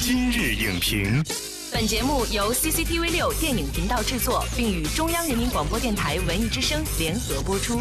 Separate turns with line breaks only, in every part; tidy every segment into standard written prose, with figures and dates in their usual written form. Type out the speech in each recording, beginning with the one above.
今日影评。
本节目由 CCTV6 电影频道制作，并与中央人民广播电台文艺之声联合播出。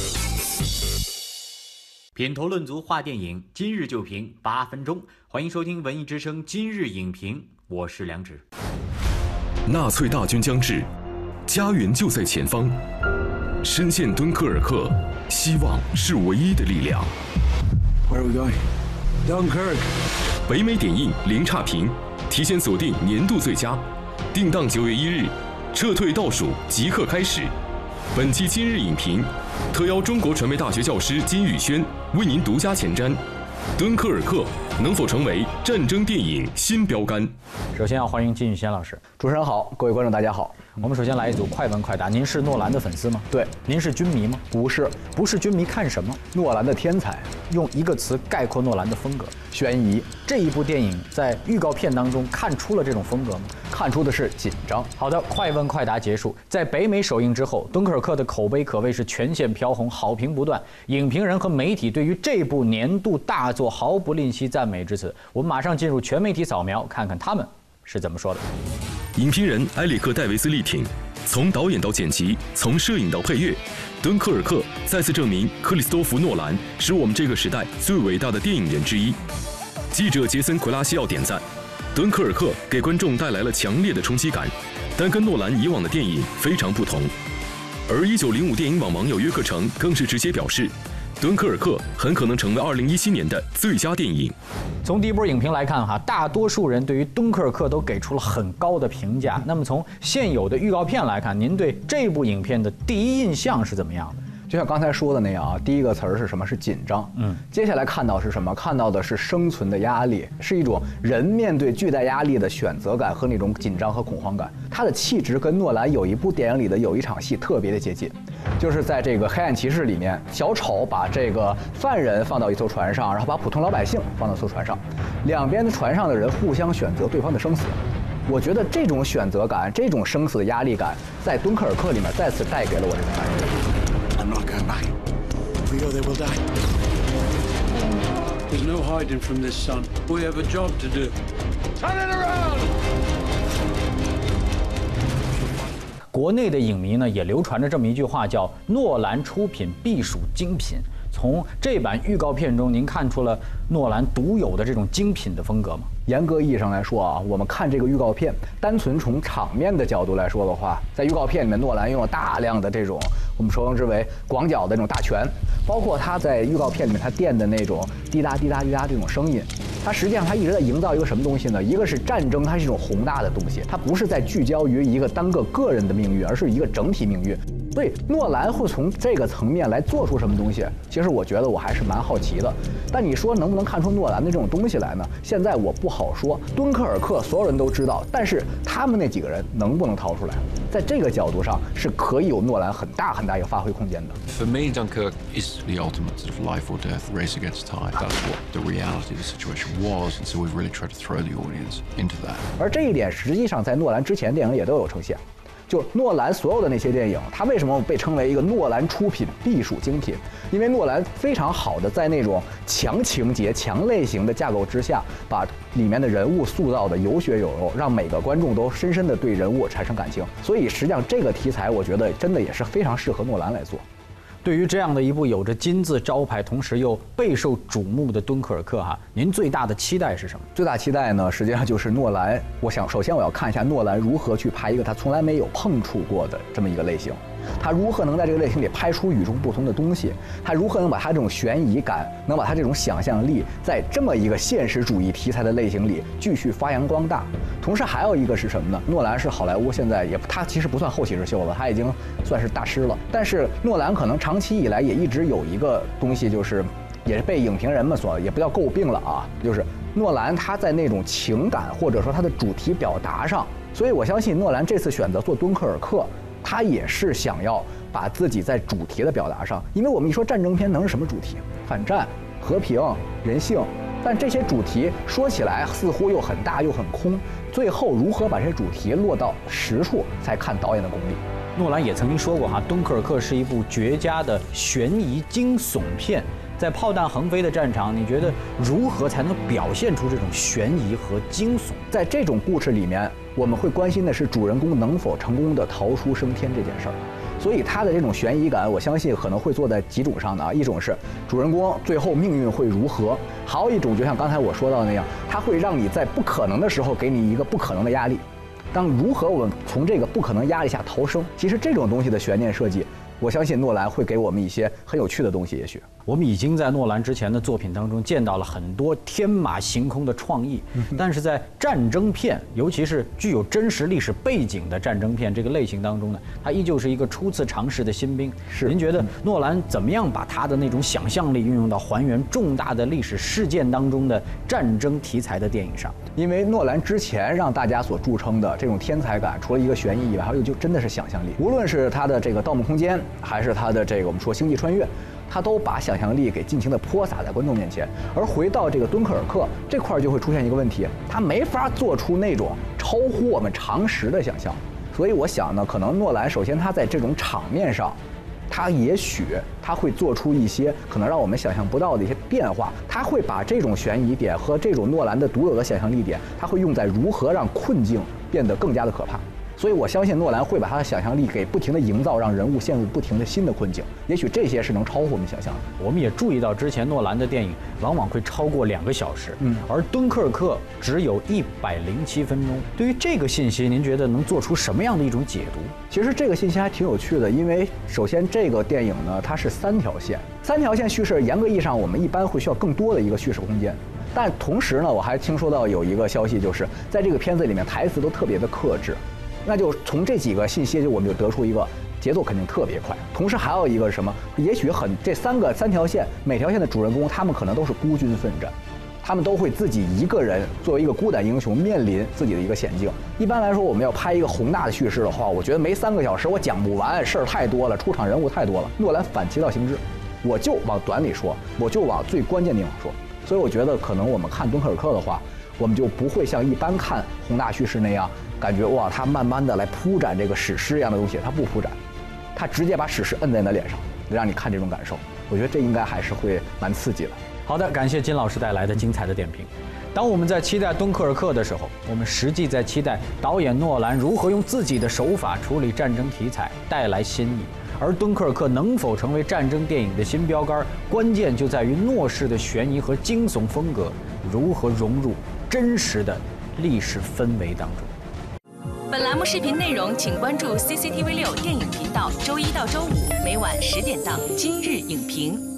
品头论足话电影，今日就评8分钟。欢迎收听文艺之声今日影评，我是梁植。
纳粹大军将至，家园就在前方。深陷敦刻尔克，希望是唯一的力量。
Where are we going? Dunkirk。
北美点映零差评，提前锁定年度最佳，定档9月1日，撤退倒数即刻开始。本期今日影评特邀中国传媒大学教师金宇轩为您独家前瞻敦刻尔克能否成为战争电影新标杆。
首先要欢迎金宇轩老师。
主持人好，各位观众大家好。
我们首先来一组快问快答。您是诺兰的粉丝吗？
对。
您是军迷吗？
不是。
不是军迷看什么？
诺兰的天才。
用一个词概括诺兰的风格。
悬疑。
这一部电影在预告片当中看出了这种风格吗？
看出的是紧张。
好的，快问快答结束。在北美首映之后，敦刻尔克的口碑可谓是全线飘红，好评不断。影评人和媒体对于这部年度大作毫不吝惜赞美之词。我们马上进入全媒体扫描，看看他们是怎么说的。
影评人埃里克·戴维斯力挺，从导演到剪辑，从摄影到配乐，敦刻尔克再次证明克里斯多弗·诺兰是我们这个时代最伟大的电影人之一。记者杰森·奎拉西奥点赞，敦刻尔克给观众带来了强烈的冲击感，但跟诺兰以往的电影非常不同。而1905电影网网友约克城更是直接表示，敦刻尔克很可能成为2017年的最佳电影。
从第一波影评来看大多数人对于敦刻尔克都给出了很高的评价。那么从现有的预告片来看，您对这部影片的第一印象是怎么样的？
就像刚才说的那样啊，第一个词儿是什么？是紧张。接下来看到是什么？看到的是生存的压力，是一种人面对巨大压力的选择感和那种紧张和恐慌感。他的气质跟诺兰有一部电影里的有一场戏特别的接近，就是在这个黑暗骑士里面，小丑把这个犯人放到一艘船上，然后把普通老百姓放到一艘船上，两边的船上的人互相选择对方的生死。我觉得这种选择感，这种生死的压力感，在敦刻尔克里面再次带给了我这种感觉。
I'm not going back. If we go there, we'll die. There's no hiding from this, son. We have a job to do. Turn it around!
国内的影迷呢也流传着这么一句话，叫诺兰出品必属精品。从这版预告片中，您看出了诺兰独有的这种精品的风格吗？
严格意义上来说啊，我们看这个预告片，单纯从场面的角度来说的话，在预告片里面，诺兰用了大量的这种我们称之为广角的那种大拳，包括他在预告片里面他垫的那种滴答滴答滴答这种声音，它实际上它一直在营造一个什么东西呢？一个是战争，它是一种宏大的东西，它不是在聚焦于一个单个人的命运，而是一个整体命运。所以诺兰会从这个层面来做出什么东西，其实我觉得我还是蛮好奇的。但你说能不能看出诺兰的这种东西来呢？现在我不好说。敦刻尔克所有人都知道，但是他们那几个人能不能掏出来，在这个角度上是可以有诺兰很大一个发挥空间的。
For me, Dunkirk is the ultimate sort of life or death race against time. That's what the reality of the situation was, and so we've really tried to throw the audience into that.
而这一点实际上在诺兰之前电影也都有呈现。就诺兰所有的那些电影，他为什么被称为一个诺兰出品必属精品？因为诺兰非常好的在那种强情节、强类型的架构之下，把里面的人物塑造的有血有肉，让每个观众都深深的对人物产生感情。所以实际上这个题材，我觉得真的也是非常适合诺兰来做。
对于这样的一部有着金字招牌，同时又备受瞩目的敦刻尔克您最大的期待是什么？
最大期待呢，实际上就是诺兰。我想，首先我要看一下诺兰如何去拍一个他从来没有碰触过的这么一个类型。他如何能在这个类型里拍出与众不同的东西？他如何能把他这种悬疑感，能把他这种想象力，在这么一个现实主义题材的类型里继续发扬光大？同时还有一个是什么呢？诺兰是好莱坞现在他其实不算后起之秀了，他已经算是大师了。但是诺兰可能长期以来也一直有一个东西，就是也是被影评人们所也不叫诟病了啊，就是诺兰他在那种情感或者说他的主题表达上，所以我相信诺兰这次选择做敦刻尔克，他也是想要把自己在主题的表达上，因为我们一说战争片能是什么主题？反战、和平、人性，但这些主题说起来似乎又很大又很空，最后如何把这些主题落到实处，才看导演的功力。
诺兰也曾经说过敦刻尔克是一部绝佳的悬疑惊悚片。 在炮弹横飞的战场，你觉得如何才能表现出这种悬疑和惊悚？
在这种故事里面，我们会关心的是主人公能否成功的逃出升天这件事儿。所以他的这种悬疑感，我相信可能会做在几种上的啊，一种是主人公最后命运会如何，还有一种就像刚才我说到的那样，他会让你在不可能的时候给你一个不可能的压力。当如何我们从这个不可能压力下逃生，其实这种东西的悬念设计，我相信诺兰会给我们一些很有趣的东西。也许
我们已经在诺兰之前的作品当中见到了很多天马行空的创意，但是在战争片，尤其是具有真实历史背景的战争片这个类型当中呢，它依旧是一个初次尝试的新兵。
是，
您觉得诺兰怎么样把他的那种想象力运用到还原重大的历史事件当中的战争题材的电影上？
因为诺兰之前让大家所著称的这种天才感，除了一个悬疑以外，还有就真的是想象力。无论是他的这个《盗梦空间》，还是他的这个我们说《星际穿越》，他都把想象力给尽情的泼洒在观众面前。而回到这个敦刻尔克这块，就会出现一个问题，他没法做出那种超乎我们常识的想象。所以我想呢，可能诺兰首先他在这种场面上，他也许他会做出一些可能让我们想象不到的一些变化，他会把这种悬疑点和这种诺兰的独有的想象力点，他会用在如何让困境变得更加的可怕。所以我相信诺兰会把他的想象力给不停的营造，让人物陷入不停的新的困境。也许这些是能超乎我们想象的。
我们也注意到，之前诺兰的电影往往会超过2个小时，而敦刻尔克只有107分钟。对于这个信息，您觉得能做出什么样的一种解读？
其实这个信息还挺有趣的，因为首先这个电影呢，它是3条线，3条线叙事，严格意义上我们一般会需要更多的一个叙事空间。但同时呢，我还听说到有一个消息，就是在这个片子里面台词都特别的克制。那就从这几个信息，我们就得出一个节奏肯定特别快。同时还有一个是什么？也许这3条线，每条线的主人公他们可能都是孤军奋战，他们都会自己一个人作为一个孤胆英雄面临自己的一个险境。一般来说，我们要拍一个宏大的叙事的话，我觉得没3个小时我讲不完，事儿太多了，出场人物太多了。诺兰反其道行之，我就往短里说，我就往最关键的地方说。所以我觉得可能我们看敦刻尔克的话，我们就不会像一般看宏大叙事那样，感觉哇，他慢慢的来铺展这个史诗一样的东西，他不铺展，他直接把史诗摁在你的脸上，让你看这种感受。我觉得这应该还是会蛮刺激的。
好的，感谢金老师带来的精彩的点评。当我们在期待敦刻尔克的时候，我们实际在期待导演诺兰如何用自己的手法处理战争题材，带来新意。而敦刻尔克能否成为战争电影的新标杆，关键就在于诺式的悬疑和惊悚风格如何融入真实的历史氛围当中。
本栏目视频内容，请关注 CCTV 6电影频道，周1到周5每晚10点档《今日影评》。